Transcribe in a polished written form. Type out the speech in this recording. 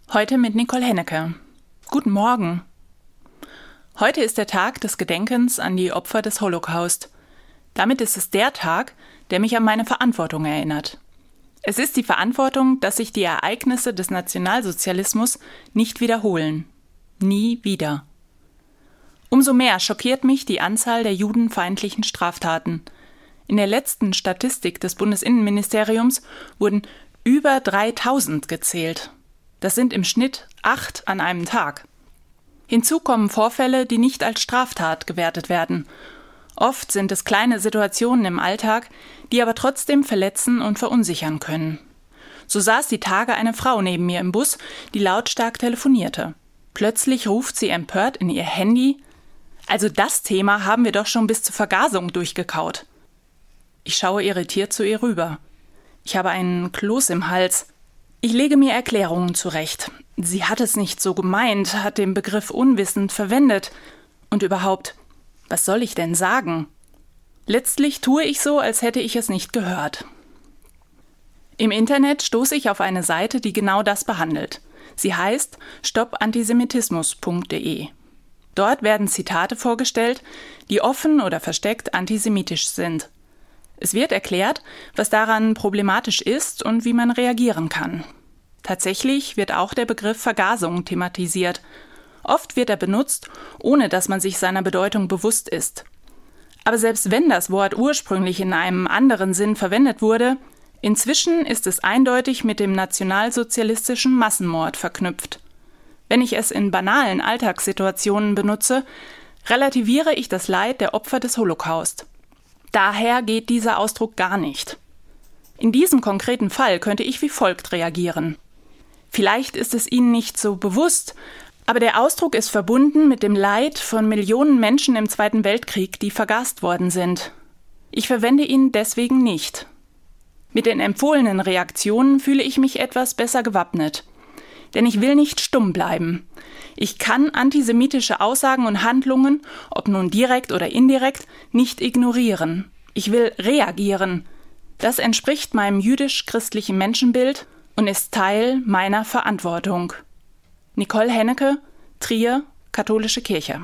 Heute mit Nicole Hennecke. Guten Morgen. Heute ist der Tag des Gedenkens an die Opfer des Holocaust. Damit ist es der Tag, der mich an meine Verantwortung erinnert. Es ist die Verantwortung, dass sich die Ereignisse des Nationalsozialismus nicht wiederholen. Nie wieder. Umso mehr schockiert mich die Anzahl der judenfeindlichen Straftaten. In der letzten Statistik des Bundesinnenministeriums wurden über 3000 gezählt. Das sind im Schnitt 8 an einem Tag. Hinzu kommen Vorfälle, die nicht als Straftat gewertet werden. Oft sind es kleine Situationen im Alltag, die aber trotzdem verletzen und verunsichern können. So saß die Tage eine Frau neben mir im Bus, die lautstark telefonierte. Plötzlich ruft sie empört in ihr Handy: „Also das Thema haben wir doch schon bis zur Vergasung durchgekaut." Ich schaue irritiert zu ihr rüber. Ich habe einen Kloß im Hals. Ich lege mir Erklärungen zurecht. Sie hat es nicht so gemeint, hat den Begriff unwissend verwendet. Und überhaupt, was soll ich denn sagen? Letztlich tue ich so, als hätte ich es nicht gehört. Im Internet stoße ich auf eine Seite, die genau das behandelt. Sie heißt stoppantisemitismus.de. Dort werden Zitate vorgestellt, die offen oder versteckt antisemitisch sind. Es wird erklärt, was daran problematisch ist und wie man reagieren kann. Tatsächlich wird auch der Begriff Vergasung thematisiert. Oft wird er benutzt, ohne dass man sich seiner Bedeutung bewusst ist. Aber selbst wenn das Wort ursprünglich in einem anderen Sinn verwendet wurde, inzwischen ist es eindeutig mit dem nationalsozialistischen Massenmord verknüpft. Wenn ich es in banalen Alltagssituationen benutze, relativiere ich das Leid der Opfer des Holocaust. Daher geht dieser Ausdruck gar nicht. In diesem konkreten Fall könnte ich wie folgt reagieren. Vielleicht ist es Ihnen nicht so bewusst, aber der Ausdruck ist verbunden mit dem Leid von Millionen Menschen im Zweiten Weltkrieg, die vergast worden sind. Ich verwende ihn deswegen nicht. Mit den empfohlenen Reaktionen fühle ich mich etwas besser gewappnet. Denn ich will nicht stumm bleiben. Ich kann antisemitische Aussagen und Handlungen, ob nun direkt oder indirekt, nicht ignorieren. Ich will reagieren. Das entspricht meinem jüdisch-christlichen Menschenbild und ist Teil meiner Verantwortung. Nicole Hennecke, Trier, Katholische Kirche.